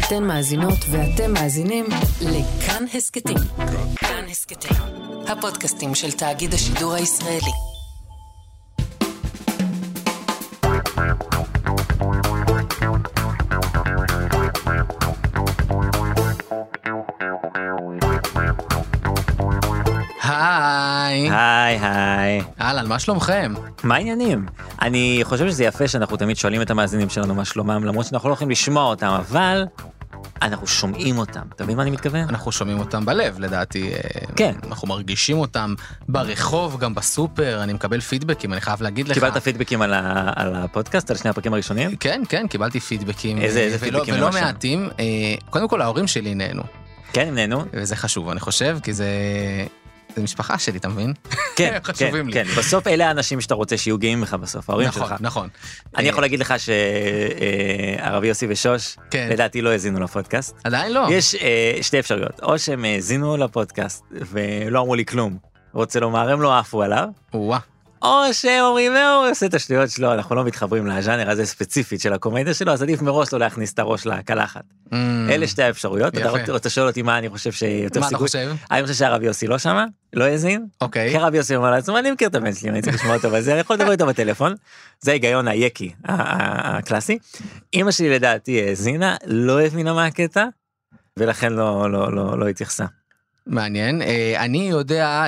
אתן מאזינות ואתם מאזינים לכאן הסקטים. כאן הסקטים, הפודקאסטים של תאגיד השידור הישראלי. היי. אהלן, מה שלומכם? מה העניינים? אני חושב שזה יפה שאנחנו תמיד שואלים את המאזינים שלנו מה שלומם, למרות שאנחנו לא יכולים לשמוע אותם, אבל אנחנו שומעים אותם. אתה מבין מה אני מתכוון? אנחנו שומעים אותם בלב, לדעתי. כן. אנחנו מרגישים אותם ברחוב, גם בסופר, אני מקבל פידבקים, אני חייב להגיד לך. קיבלת פידבקים על הפודקאסט, על שני הפרקים הראשונים? כן, קיבלתי פידבקים. איזה פידבקים ולא למשל? מעטים. קודם כל, ההורים שלי נהנו. כן, הם נהנו. וזה חשוב, אני חושב, כי זה משפחה שלי, אתה מבין? כן, חשובים לי. כן. בסוף אלה האנשים שאתה רוצה שיהיו גאים בך בסוף, ההורים שלך. נכון. אני יכול להגיד לך שהרב יוסי ושוש, לדעתי לא הזינו לפודקאסט. עדיין לא. יש שתי אפשרויות, או שהם הזינו לפודקאסט ולא אמרו לי כלום, רוצה לומר, הם לא עפו עליו, או שהם אומרים, הוא עושה את השטויות שלו, אנחנו לא מתחברים לז'אנר הזה ספציפית של הקומדיה שלו, אז עדיף מראש לא להכניס את הראש לקלחת. אלה שתי האפשרויות. אתה רוצה לשאול אותי מה אני חושב שיותר סיכוי? מה אתה חושב? אני חושב שהרב יוסי לא שמה, לא יזין. אוקיי. כי הרב יוסי אומר לעצמו, אני מכיר את הבן שלי, אני צריך לשמוע אותו בזה, אני יכול לדבר איתו בטלפון. זה ההיגיון היקי, הקלאסי. אמא שלי לדעתי האזינה, לא הבינה מה הקטע, ולכן לא התייחסה. מעניין. אני יודע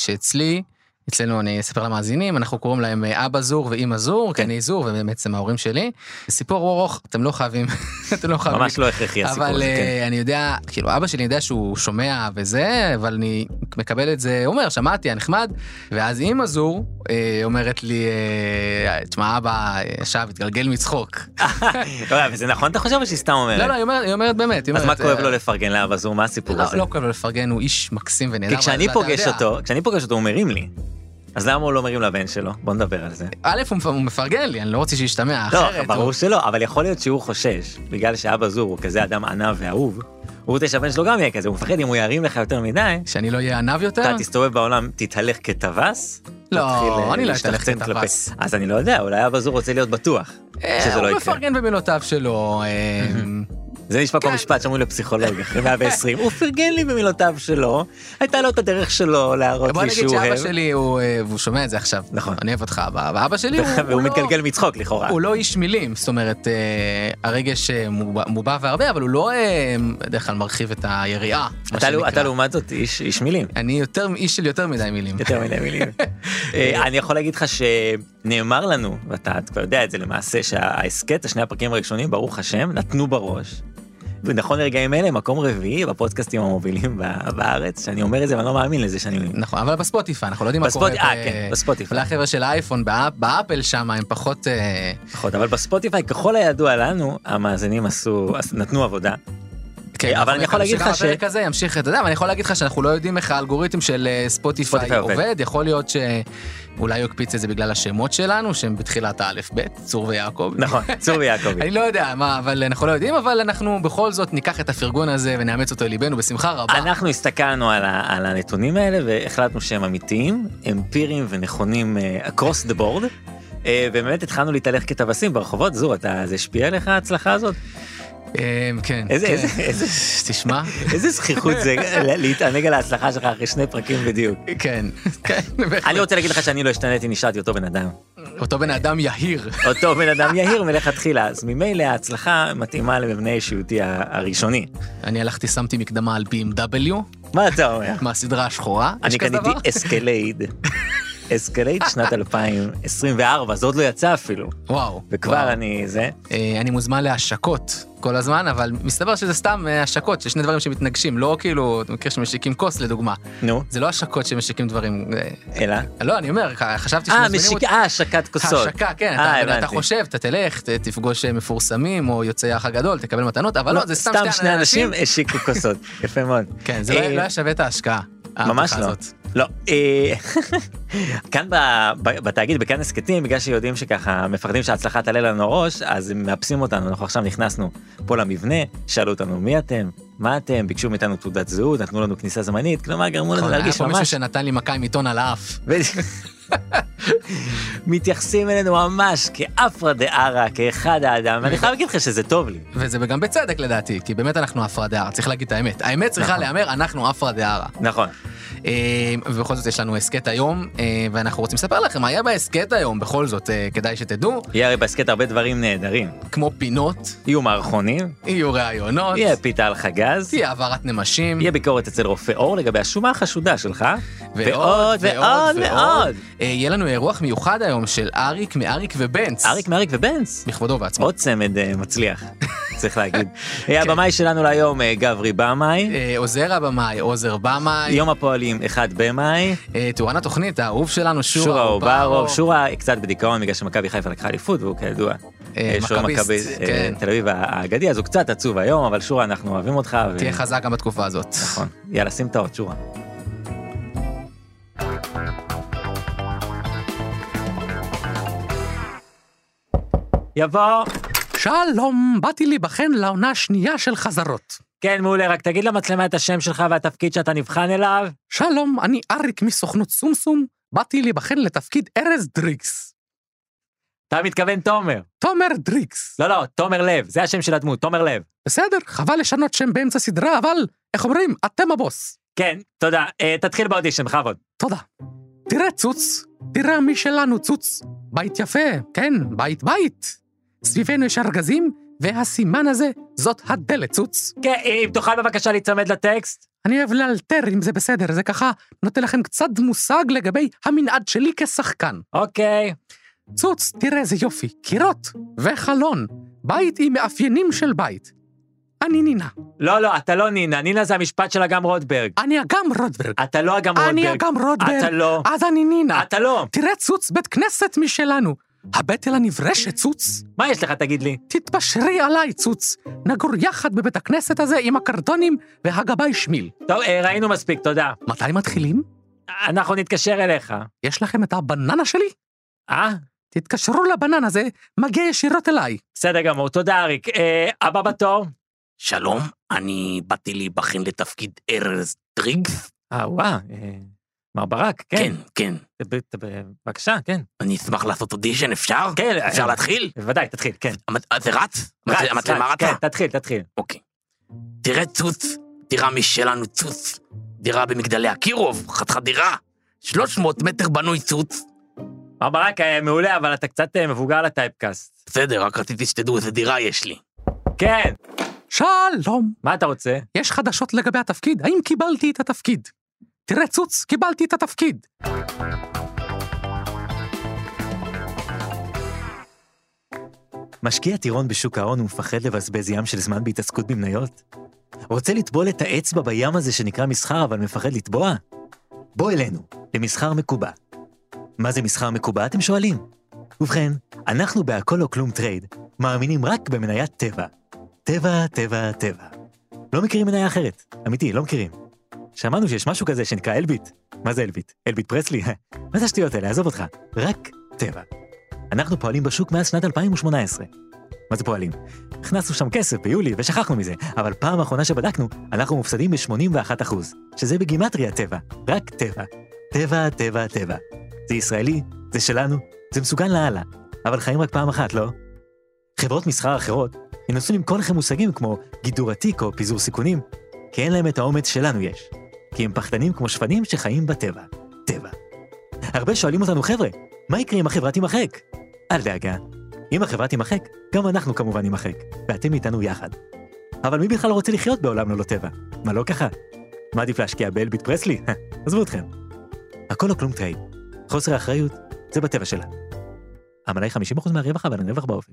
אצלנו אני אספר למאזינים, אנחנו קוראים להם אבא זור ואמא זור, כי אני זור ובעצם ההורים שלי. סיפור ארוך, אתם לא חייבים. ממש לא הכרחי הסיפור הזה, אבל אני יודע, כאילו אבא שלי יודע שהוא שומע וזה, אבל אני מקבל את זה, אומר, שמעתי, הנחמד, ואז אמא זור אומרת לי, תשמע אבא, עכשיו התגלגל מצחוק. וזה נכון אתה חושב שהיא סתם אומרת? לא, היא אומרת באמת. אז מה כואב לו לפרגן לאבא זור, מה הסיפור הזה? לא כואב לו לפרגן, הוא איש מקסים ונהדר. כי כשאני פוגש אותו הוא מרים לי. אז למה הוא לא מרים לבן שלו? בוא נדבר על זה. א', הוא מפרגן לי, אני לא רוצה שישתמע אחרת. לא, ברור שלא, אבל יכול להיות שהוא חושש, בגלל שאבא זור הוא כזה אדם ענב ואהוב, הוא רוצה שהבן שלו גם יהיה כזה, הוא מפחד אם הוא ירים לך יותר מדי. שאני לא אהיה ענב יותר? אתה תסתובב בעולם, תתהלך כטווס? לא, אני לא אתהלך כטווס. אז אני לא יודע, אולי אבא זור רוצה להיות בטוח שזה לא יקרה. הוא מפרגן במילותיו שלו. זה נשמע כמו משפט שאומרים לפסיכולוג, אחרי 120, הוא פרגן לי במילותיו שלו, הייתה לו את הדרך שלו להראות לי שהוא אוהב. בוא נגיד שאבא שלי, הוא שומע את זה עכשיו, אני אוהב אותך אבא, ואבא שלי והוא מתגלגל מצחוק לכאורה. הוא לא איש מילים, זאת אומרת, הרגש מובע והרבה, אבל הוא לא בדרך כלל מרחיב את היריעה. אתה לעומת זאת איש מילים. אני איש של יותר מדי מילים. יותר מדי מילים. אני יכול להגיד לך שנאמר לנו, ואתה כבר יודע את זה למעשה, שהעסקת, השני הפרקים הראשונים, ברוך השם, נתנו בראש. ונכון לרגעים אלה, מקום רביעי בפודקאסטים המובילים בארץ, שאני אומר את זה ואני לא מאמין לזה שאני... נכון, אבל בספוטיפיי, אנחנו לא יודעים מה קורה... כן, בספוטיפיי. לחבר'ה של האייפון, באפל שם, הם פחות... נכון, אבל בספוטיפיי, ככל הידוע לנו, המאזינים נתנו עבודה. אבל אני יכול להגיד לך שגם הפרק הזה ימשיך את זה, אבל אני יכול להגיד לך שאנחנו לא יודעים איך האלגוריתם של ספוטיפיי עובד, יכול להיות שאולי הוא יקפיץ את זה בגלל השמות שלנו, שהם בתחילת האלף בית, צור ויעקב. נכון, צור ויעקב. אני לא יודע מה, אבל אנחנו לא יודעים, אבל אנחנו בכל זאת ניקח את הפרגון הזה ונאמץ אותו ליבנו בשמחה רבה. אנחנו הסתכלנו על הנתונים האלה והחלטנו שהם אמיתיים, אמפיריים ונכונים across the board, ובאמת התחלנו להתהלך כטווסים ברחובות. זור, זה השפיע עליך ההצלחה הזאת? כן. איזה, תשמע. איזה זכיחות זה להתענג על ההצלחה שלך אחרי שני פרקים בדיוק. כן. אני רוצה להגיד לך שאני לא השתניתי, נשארתי אותו בן אדם. אותו בן אדם יהיר. אותו בן אדם יהיר מלכתחילה, אז ממילא ההצלחה מתאימה למבנה אישיותי הראשוני. אני הלכתי, שמתי מקדמה על BMW. מה אתה אומר? מהסדרה השחורה. אני קניתי אסקלייד. אסקלייד שנת 2024, זה עוד לא יצא אפילו. וואו. וכבר אני מוזמן להשקות כל הזמן, אבל מסתבר שזה סתם השקות, ששני דברים שמתנגשים, לא כאילו, אתה מכיר שמשיקים כוס לדוגמה. נו. זה לא השקות שמשיקים דברים. אלא? לא, אני אומר, חשבתי שמזמינים אותי. השקת כוסות. השקה, כן, אתה חושב, אתה תלך, תפגוש מפורסמים, או יוצאי האח הגדול, תקבל מתנות, אבל לא, זה סתם שני אנשים השיקו כוסות. יפה מאוד. כן, זה לא היה שווה את ההשקעה. ממש לא. לא. כאן בתאגיד, בכאן הסקטים, בגלל שיודעים שככה מפחדים שההצלחה תעלה לנו ראש, אז הם מאפסים אותנו, אנחנו עכשיו נכנסנו פה למבנה, שאלו אותנו מי אתם, מה אתם, ביקשו מאיתנו תעודת זהות, נתנו לנו כניסה זמנית, כלומר גרמו לנו להרגיש ממש... היה פה מישהו שנתן לי מכה עם עיתון על האף. מתייחסים אלינו ממש כאפרה דארה, כאחד האדם, ואני חייב להגיד לך שזה טוב לי. וזה גם בצדק לדעתי, כי באמת אנחנו אפרה דארה, צריך להגיד את האמת. האמת צריכה להיאמר, אנחנו אפרה דארה. נכון. ובכל זאת יש לנו הסקט היום, ואנחנו רוצים לספר לכם מה יהיה בהסקט היום, בכל זאת כדאי שתדעו. יהיה הרי בהסקט הרבה דברים נהדרים. כמו פינות. יהיו מערכונים. יהיו ראיונות. יהיה פיתה על חגז. תהיה העברת נמשים. יהיה ביקורת אצל רופא אור לגבי השומה החשודה שלך. ועוד ועוד ועוד. יהיה לנו אירוח מיוחד היום של אריק מאריק ובנץ. אריק מאריק ובנץ. בכבודו בעצמו. עוד צמד מצליח, צריך להגיד. הבמאי שלנו להיום גברי במאי. עוזר הבמאי, עוזר במאי. יום הפועלים 1 במאי. תאורן התוכנית, האהוב שלנו, שורה אוברוב. שורה קצת בדיכאון בגלל שמכבי חיפה לקחה אליפות, והוא כידוע שורה מכבי תל אביב האגדי, אז הוא קצת עצוב היום, אבל שורה אנחנו אוהבים אותך. תהיה חזק גם בתקופה הזאת. נכון. יאללה, שים את האות, שורה. יבוא. שלום, באתי להיבחן לעונה השנייה של חזרות. כן, מעולה, רק תגיד למצלמה את השם שלך והתפקיד שאתה נבחן אליו. שלום, אני אריק מסוכנות סומסום, באתי להיבחן לתפקיד ארז דריקס. אתה מתכוון תומר. תומר דריקס. לא, תומר לב, זה השם של הדמות, תומר לב. בסדר, חבל לשנות שם באמצע סדרה, אבל, איך אומרים, אתם הבוס. כן, תודה. תתחיל באודישן, בכבוד. תודה. תראה צוץ, תראה מי שלנו צוץ. בית יפה, כן, בית. סביבנו יש ארגזים, והסימן הזה, זאת הדלת צוץ. כן, אם תוכל בבקשה להצמד לטקסט. אני אוהב לאלתר אם זה בסדר, זה ככה נותן לכם קצת מושג לגבי המנעד שלי כשחקן. אוקיי. צוץ, תראה איזה יופי, קירות וחלון, בית עם מאפיינים של בית. אני נינה. לא, אתה לא נינה, נינה זה המשפט של אגם רוטברג. אני אגם רוטברג. אתה לא אגם רוטברג. אני אגם רוטברג. אתה לא. אז אני נינה. אתה לא. תראה צוץ, בית כנסת משלנו. הבטל הנברשת צוץ. מה יש לך, תגיד לי? תתפשרי עליי צוץ. נגור יחד בבית הכנסת הזה עם הקרטונים והגבאי שמיל. טוב, ראינו מספיק, תודה. מתי מתחילים? אנחנו נתקשר אליך. יש לכם את הבננה שלי? תתקשרו לבנן הזה, מגיע ישירות אליי. בסדר גמור, תודה אריק. הבא בתור. שלום, אני באתי להיבחן לתפקיד ארז דריקס. מר ברק, כן. כן. בבקשה, כן. אני אשמח לעשות אודישן, אפשר? כן. אפשר להתחיל? בוודאי, תתחיל, כן. זה רץ? המצלמה רצה? כן, תתחיל. אוקיי. תראה צוץ, דירה משלנו צוץ. דירה במגדלי אקירוב, חתיכת דירה. 300 מטר בנוי צוץ. מר ברק, מעולה, אבל אתה קצת מבוגר לטייפקאסט. בסדר, רק רציתי שתדעו איזה דירה יש לי. כן. שלום. מה אתה רוצה? יש חדשות לגבי התפקיד, האם קיבלתי את התפקיד? תראה צוץ, קיבלתי את התפקיד. משקיע טירון בשוק ההון ומפחד לבזבז ים של זמן בהתעסקות במניות? רוצה לטבול את האצבע בים הזה שנקרא מסחר אבל מפחד לטבוע? בוא אלינו, למסחר מקובע. מה זה מסחר מקובע, אתם שואלים? ובכן, אנחנו בהכל או כלום טרייד מאמינים רק במניית טבע. טבע. לא מכירים מניה אחרת, אמיתי, לא מכירים. שמענו שיש משהו כזה שנקרא אלביט. מה זה אלביט? אלביט פרסלי? מה זה השטויות האלה? עזוב אותך. רק טבע. אנחנו פועלים בשוק מאז שנת 2018. מה זה פועלים? הכנסנו שם כסף ביולי ושכחנו מזה, אבל פעם האחרונה שבדקנו, אנחנו מופסדים ב-81%, שזה בגימטריה טבע. רק טבע. טבע. זה ישראלי, זה שלנו, זה מסוגן להלאה, אבל חיים רק פעם אחת, לא? חברות מסחר אחרות ינסו למכור לכם מושגים כמו גידור עתיק או פיזור סיכונים, כי אין להם את האומץ שלנו יש. כי הם פחדנים כמו שפנים שחיים בטבע. טבע. הרבה שואלים אותנו, חבר'ה, מה יקרה אם החברה תימחק? אל דאגה. אם החברה תימחק, גם אנחנו כמובן נימחק, ואתם איתנו יחד. אבל מי בכלל רוצה לחיות בעולם ללא טבע? מה לא ככה? מה עדיף להשקיע באלביט פרסלי? עזבו אתכם. הכל או כלום טרייד. חוסר אחריות, זה בטבע שלה. המלאי 50% מהרווח, אבל הרווח באופק.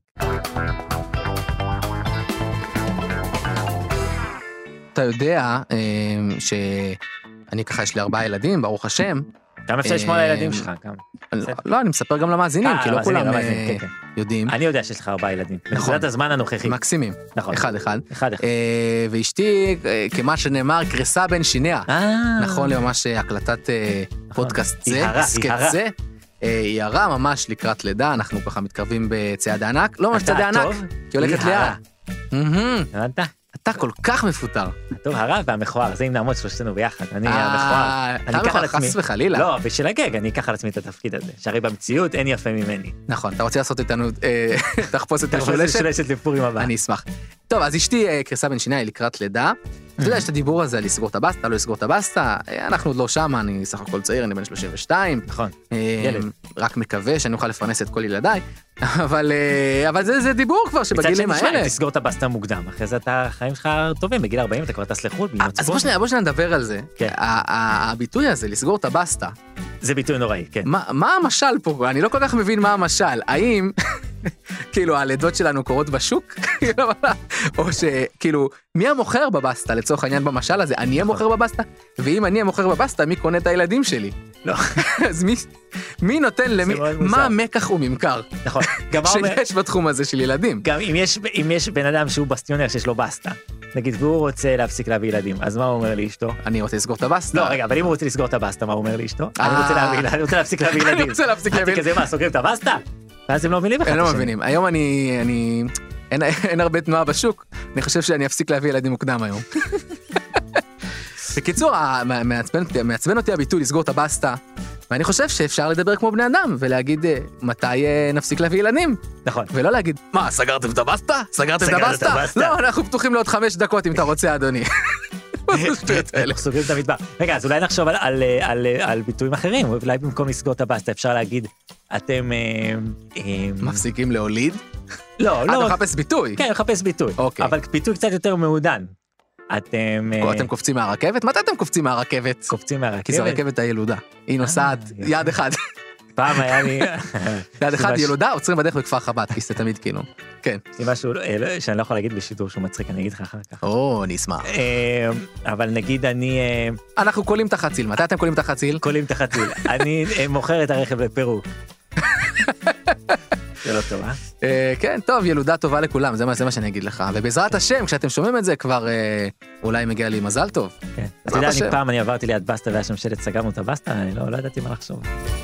אתה יודע שאני ככה, יש לי 4 ילדים, ברוך השם. כמה אפשר לשמוע לילדים שלך? לא, אני מספר גם למאזינים, כי לא כולם יודעים. אני יודע שיש לך 4 ילדים. בנקודת הזמן הנוכחי. מקסימים. נכון. אחד. אחד. ואשתי, כמה שנאמר, קרסה בין שיניה. נכון, לממש הקלטת פודקאסט זה, סקט זה. היא הרע ממש לקראת לידה, אנחנו ככה מתקרבים בצעד הענק. לא ממש צעדי ענק, כי הולכת לידה. הבנת? אתה כל כך מפוטר. טוב, הרע והמכוער, זה אם נעמוד שלושתנו ביחד. אני המכוער. אתה מכוער חס וחלילה. לא, בשביל הגג, אני אקח על עצמי את התפקיד הזה. שהרי במציאות אין יפה ממני. נכון, אתה רוצה לעשות איתנו תחפושת משולשת לפורים הבא. אני אשמח. טוב, אז אשתי קרסה בין שיניה, היא לקראת לידה. אתה יודע, יש את הדיבור הזה, לסגור את הבסטה, לא לסגור את הבסטה. אנחנו עוד לא שם, אני סך הכל צעיר, אני בן 32. נכון, ילד. רק מקווה שאני אוכל לפרנס את כל ילדיי. אבל זה דיבור כבר שבגילים האלה. תסגור את הבסטה מוקדם, אחרי זה החיים שלך טובים, בגיל 40 אתה כבר טס לחו"ל. אז בוא שניה נדבר על זה. הביטוי הזה, לסגור את הבסטה. זה ביטוי נוראי, כן. מה המשל פה? אני לא כל כך מבין מה המשל. האם, כאילו, הלידות שלנו קורות בשוק? או שכאילו, מי המוכר בבסטה, לצורך העניין במשל הזה? אני המוכר בבסטה? ואם אני המוכר בבסטה, מי קונה את הילדים שלי? לא. אז מי נותן למי? מה מקח וממכר? נכון. שיש בתחום הזה של ילדים. גם אם יש בן אדם שהוא בסטיונר שיש לו בסטה, נגיד, והוא רוצה להפסיק להביא ילדים, אז מה הוא אומר לאשתו? אני רוצה לסגור את הבסטה. לא, רגע, אבל אם הוא רוצה לסגור את הבסטה, מה הוא אומר לאשתו? אני רוצה להפסיק להביא ילדים. אני רוצה להפסיק להביא ילדים. כזה מה, סוגרים את הבסטה? ואז הם לא מבינים אחד הם לא מבינים. היום אין הרבה תנועה בשוק, אני חושב שאני אפסיק להביא ילדים מוקדם היום. בקיצור, מעצבן אותי הביטוי לסגור את הבסטה, ואני חושב שאפשר לדבר כמו בני אדם, ולהגיד מתי נפסיק להביא ילדים. נכון. ולא להגיד, מה, סגרתם את הבסטה? סגרתם את הבסטה? לא, אנחנו פתוחים לעוד 5 דקות אם אתה רוצה, אדוני. סוגרים את המטבח. רגע, אז אולי נחשוב על ביטויים אחרים, אולי במקום לסגור את הבסטה אפשר להגיד, אתם... מפסיקים להוליד? לא, לא. אתה מחפש ביטוי. כן, מחפש ביטוי. אבל ביטוי קצת יותר מעודן. אתם קופצים מהרכבת? מתי אתם קופצים מהרכבת? קופצים מהרכבת? כי זו רכבת הילודה. היא נוסעת יד אחד. פעם היה לי... יד אחד ילודה, עוצרים בדרך בכפר חב"ד, כי זה תמיד כאילו. כן. זה משהו שאני לא יכול להגיד בשידור שהוא מצחיק, אני אגיד לך אחר כך. אני אשמח. אבל נגיד אני... אנחנו קולים את החציל. מתי אתם קולים את החציל? קולים את החציל. אני מוכר את הרכב לפרו. זה לא טוב, כן, טוב, ילודה טובה לכולם, זה מה שאני אגיד לך. ובעזרת השם, כשאתם שומעים את זה, כבר אולי מגיע לי מזל טוב. כן. אתה יודע, פעם אני עברתי ליד בסטה, והיה שם שלט, סגרנו את הבסטה, אני לא ידעתי מה לחשוב.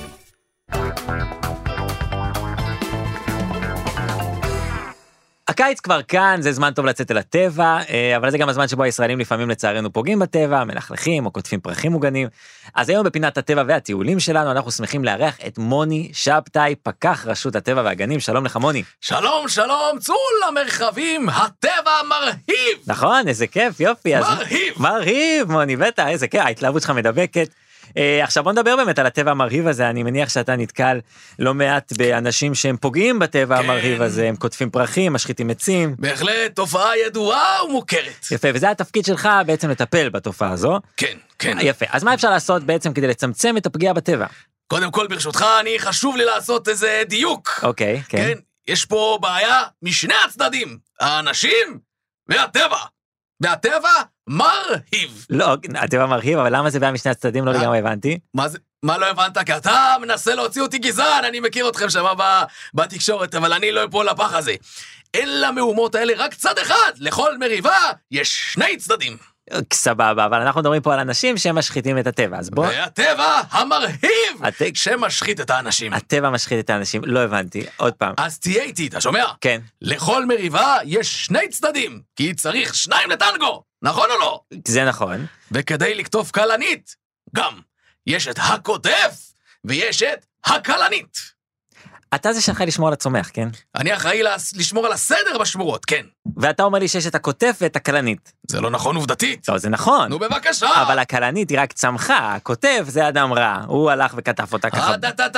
הקיץ כבר כאן, זה זמן טוב לצאת אל הטבע, אבל זה גם הזמן שבו הישראלים לפעמים לצערנו פוגעים בטבע, מלכלכים או כותבים פרחים מוגנים. אז היום בפינת הטבע והטיולים שלנו, אנחנו שמחים לארח את מוני שבתאי, פקח רשות הטבע והגנים. שלום לך מוני. שלום, צאו למרחבים, הטבע מרהיב. נכון, איזה כיף, יופי. מרהיב, מוני, בטח, איזה כיף, ההתלהבות שלך מדבקת. עכשיו בוא נדבר באמת על הטבע המרהיב הזה, אני מניח שאתה נתקל לא מעט באנשים שהם פוגעים בטבע המרהיב הזה, הם כותבים פרחים, משחיתים עצים. בהחלט, תופעה ידועה ומוכרת. יפה, וזה התפקיד שלך בעצם לטפל בתופעה הזו. כן. יפה, אז מה אפשר לעשות בעצם כדי לצמצם את הפגיעה בטבע? קודם כל, ברשותך, חשוב לי לעשות איזה דיוק. אוקיי, כן. יש פה בעיה משני הצדדים, האנשים והטבע. והטבע מרהיב. לא, הטבע מרהיב, אבל למה זה בעיה משני הצדדים? לא לגמרי הבנתי. מה לא הבנת? כי אתה מנסה להוציא אותי גזען, אני מכיר אתכם שם בתקשורת, אבל אני לא אפול לפח הזה. אין למהומות האלה רק צד אחד, לכל מריבה יש 2 צדדים. סבבה, אבל אנחנו מדברים פה על אנשים שמשחיתים את הטבע, אז בוא... והטבע המרהיב שמשחית את האנשים. הטבע משחית את האנשים, לא הבנתי, עוד פעם. אז תהיה איתי, אתה שומע? כן. לכל מריבה יש 2 צדדים, כי צריך 2 לטנגו, נכון או לא? זה נכון. וכדי לכתוב קלנית, גם יש את הכותף ויש את הקלנית. אתה זה שאחראי לשמור על הצומח, כן? אני אחראי לשמור על הסדר בשמורות, כן. ואתה אומר לי שיש את הכותף ואת הקלנית. זה לא נכון עובדתית. לא, זה נכון. נו בבקשה. אבל הקלנית היא רק צמחה, הכותף זה אדם רע. הוא הלך וכתף אותה ככה.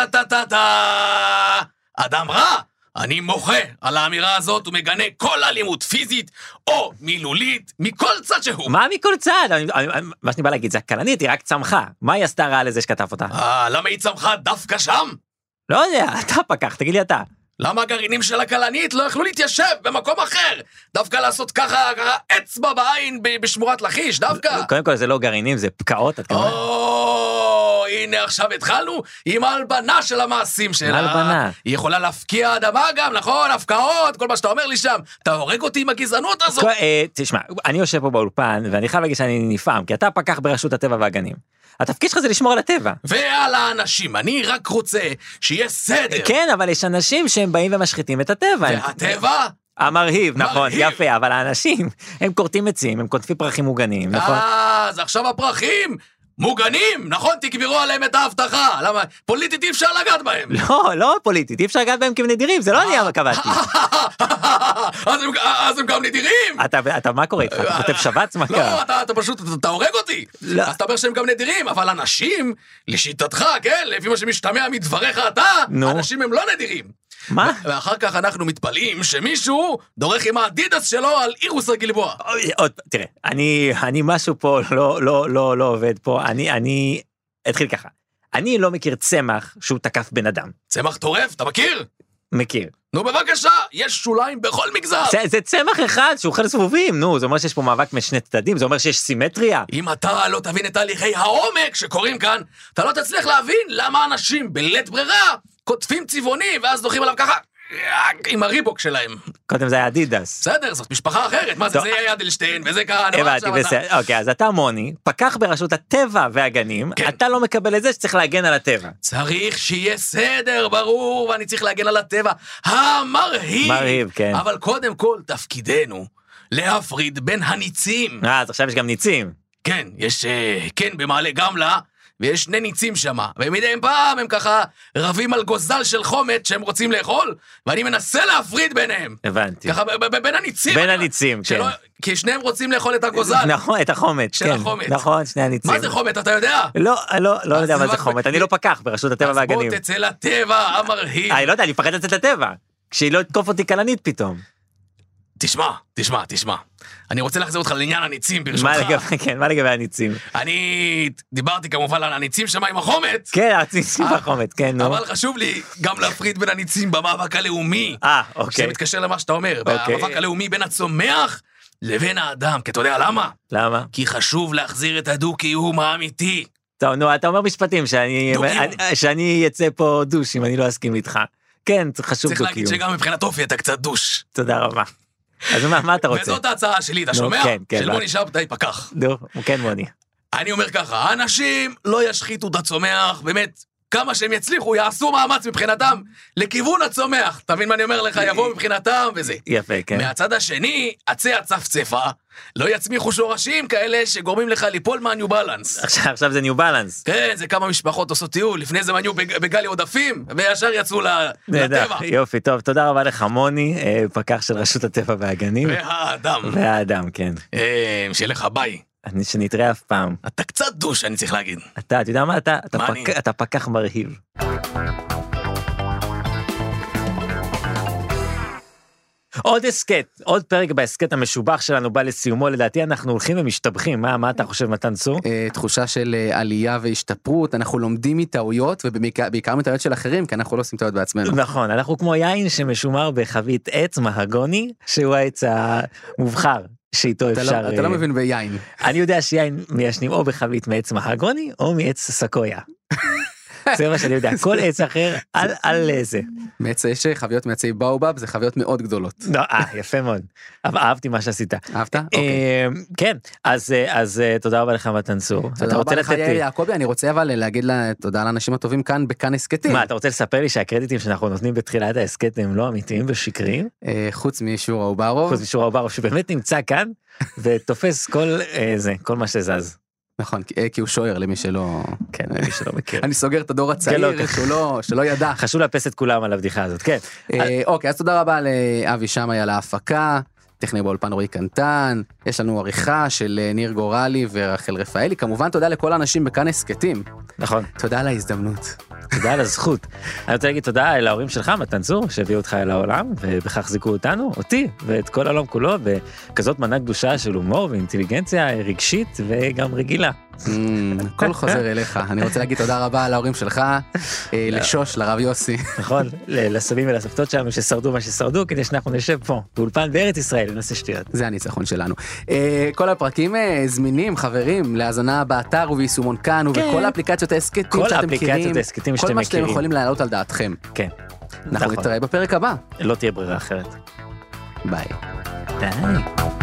אדם רע? אני מוחה על האמירה הזאת ומגנה כל אלימות פיזית או מילולית מכל צד שהוא. מה מכל צד? מה שאני בא להגיד, זה הקלנית היא רק צמחה. מה היא עשתה רע לזה שכתף אותה? למה היא צמחה דווקא שם? לא יודע, אתה פקח, תגיד לי אתה. למה הגרעינים של הקלנית לא יכלו להתיישב במקום אחר? דווקא לעשות ככה אצבע בעין בשמורת לכיש, דווקא? קודם כל זה לא גרעינים, זה פקעות. הנה עכשיו התחלנו עם ההלבנה של המעשים שלה. הלבנה. היא יכולה להפקיע אדמה גם, נכון? הפקעות, כל מה שאתה אומר לי שם. אתה הורג אותי עם הגזענות הזאת. תשמע, אני יושב פה באולפן, ואני חייב להגיד שאני נפעם, כי אתה פקח ברשות הטבע והגנים. התפקיד שלך זה לשמור על הטבע. ועל האנשים, אני רק רוצה שיהיה סדר. כן, אבל יש אנשים שהם באים ומשחיתים את הטבע. והטבע? המרהיב, נכון, יפה, אבל האנשים, הם קורטים עצים, הם קוטפים פרחים מוגנים, נכון? אז עכשיו הפרחים מוגנים, נכון? תקברו עליהם את ההבטחה. למה? פוליטית אי אפשר לגעת בהם. לא פוליטית, אי אפשר לגעת בהם כנדירים, זה לא אני קבעתי. אז הם גם נדירים. אתה מה קורה איתך? אתה חוטף שבץ? מה קרה? לא, אתה פשוט, אתה הורג אותי. אז אתה אומר שהם גם נדירים, אבל אנשים, לשיטתך, כן, לפי מה שמשתמע מדבריך אתה, אנשים הם לא נדירים. מה? ואחר כך אנחנו מתפלאים שמישהו דורך עם האדידס שלו על אירוס הגלבוע. תראה, אני משהו פה לא עובד פה, אני אתחיל ככה. אני לא מכיר צמח שהוא תקף בן אדם. צמח טורף, אתה מכיר? מכיר. נו בבקשה, יש שוליים בכל מגזר. זה צמח אחד שהוא אוכל סבובים, נו, זה אומר שיש פה מאבק משני צדדים, זה אומר שיש סימטריה. אם אתה לא תבין את תהליכי העומק שקורים כאן, אתה לא תצליח להבין למה אנשים בלית ברירה כותבים צבעוני ואז דוחים עליו ככה עם הריבוק שלהם. קודם זה היה אדידס. בסדר, זאת משפחה אחרת, מה זה היה אדלשטיין וזה כאן. הבנתי, בסדר, אוקיי, אז אתה מוני, פקח ברשות הטבע והגנים, אתה לא מקבל את זה שצריך להגן על הטבע. צריך שיהיה סדר, ברור, ואני צריך להגן על הטבע המרהיב. מרהיב, כן. אבל קודם כל תפקידנו להפריד בין הניצים. אז עכשיו יש גם ניצים. כן, יש, כן, במעלה גמלה, ויש שני ניצים שם, ומדי פעם הם ככה רבים על גוזל של חומץ שהם רוצים לאכול, ואני מנסה להפריד ביניהם. הבנתי. ככה בין הניצים. בין הניצים, כן. כי שניהם רוצים לאכול את הגוזל. נכון, את החומץ, כן. נכון, שני הניצים. מה זה חומץ, אתה יודע? לא יודע מה זה חומץ, אני לא פקח ברשות הטבע והגנים. אז בוא תצא לטבע המרהיב. אני לא יודע, אני מפחד לצאת לטבע, כשהיא לא תקוף אותי כלנית פתאום. תשמע. אני רוצה להחזיר אותך לעניין הניצים, ברשותך. מה לגבי הניצים? אני דיברתי כמובן על הניצים שם עם החומץ. כן, הניצים בחומץ, כן, נו. אבל חשוב לי גם להפריד בין הניצים במאבק הלאומי. אוקיי. שזה מתקשר למה שאתה אומר, במאבק הלאומי בין הצומח לבין האדם, כי אתה יודע למה? למה? כי חשוב להחזיר את הדו-קיום האמיתי. טוב, נו, אתה אומר משפטים שאני יצא פה דוש אם אני לא אסכים איתך. כן, חשוב דו-קיום. צריך להגיד שגם מבחינת אופי אתה קצת דוש. תודה רבה. אז מה אתה רוצה? וזאת ההצעה שלי, אתה שומע? של מוני שבתאי פקח. נו, כן מוני. אני אומר ככה, אנשים לא ישחיתו את הצומח, באמת, כמה שהם יצליחו, יעשו מאמץ מבחינתם לכיוון הצומח. תבין מה אני אומר לך, יבוא מבחינתם וזה. יפה, כן. מהצד השני, עצי הצפצפה, לא יצמיחו שורשים כאלה שגורמים לך ליפול מהניו בלנס. עכשיו זה ניו בלנס. כן, זה כמה משפחות עושות טיול, לפני זה מניו בגלי עודפים, וישר יצאו לטבע. יופי, טוב, תודה רבה לך מוני, פקח של רשות הטבע והגנים. והאדם, כן. שיהיה לך ביי. שנתראה אף פעם. אתה קצת דוש, אני צריך להגיד. אתה יודע מה אתה? אתה פקח מרהיב. עוד הסקט, עוד פרק בהסקט המשובח שלנו בא לסיומו, לדעתי אנחנו הולכים ומשתבחים, מה אתה חושב מתן צור? תחושה של עלייה והשתפרות, אנחנו לומדים מטעויות ובעיקר מטעויות של אחרים, כי אנחנו לא עושים טעויות בעצמנו. נכון, אנחנו כמו יין שמשומר בחבית עץ מהגוני, שהוא העץ המובחר. שאיתו אפשר... אתה לא מבין ביין. אני יודע שיין מיישנים או בחבית מעץ מהגוני, או מעץ סקויה. זה מה שאני יודע, כל עץ אחר על זה. מעץ יש חביות מעצי באובב, זה חביות מאוד גדולות. יפה מאוד. אבל אהבתי מה שעשית. אהבת? כן, אז תודה רבה לך מתן צור. תודה רבה לך יעקבי, אני רוצה אבל להגיד תודה לאנשים הטובים כאן בכאן הסקטים. מה, אתה רוצה לספר לי שהקרדיטים שאנחנו נותנים בתחילת ההסקט הם לא אמיתיים ושקריים? חוץ משור האוברוב. חוץ משור האוברוב שבאמת נמצא כאן ותופס כל מה שזז. נכון, כי הוא שוער למי שלא... כן, למי שלא מכיר. אני סוגר את הדור הצעיר שלא ידע. חשוב לאפס את כולם על הבדיחה הזאת, כן. אוקיי, אז תודה רבה לאבי שמאי על ההפקה, טכני באולפן רועי קנטן, יש לנו עריכה של ניר גורלי ורחל רפאלי, כמובן תודה לכל האנשים בכאן הסקטים. נכון. תודה על ההזדמנות. תודה על הזכות. אני רוצה להגיד תודה להורים שלך, מתן צור, שהביאו אותך אל העולם, ובכך זיכו אותנו, אותי, ואת כל העולם כולו, בכזאת מנה קדושה של הומור ואינטליגנציה רגשית וגם רגילה. הכל חוזר אליך. אני רוצה להגיד תודה רבה להורים שלך, לשוש, לרב יוסי. נכון, לסבים ולסבתות שלנו ששרדו מה ששרדו, כדי שאנחנו נשב פה, באולפן בארץ ישראל, ונעשה שטויות. זה הניצחון שלנו. כל הפרקים זמינים, חברים, להאזנה באתר וביישומון כאן, ובכל האפליקציות ההסקטים שאתם מכירים. כל האפליקציות ההסקטים שאתם מכירים. כל מה שאתם יכולים להעלות על דעתכם. כן. אנחנו נתראה בפרק הבא. לא תהיה ברירה אחרת. ביי. ביי.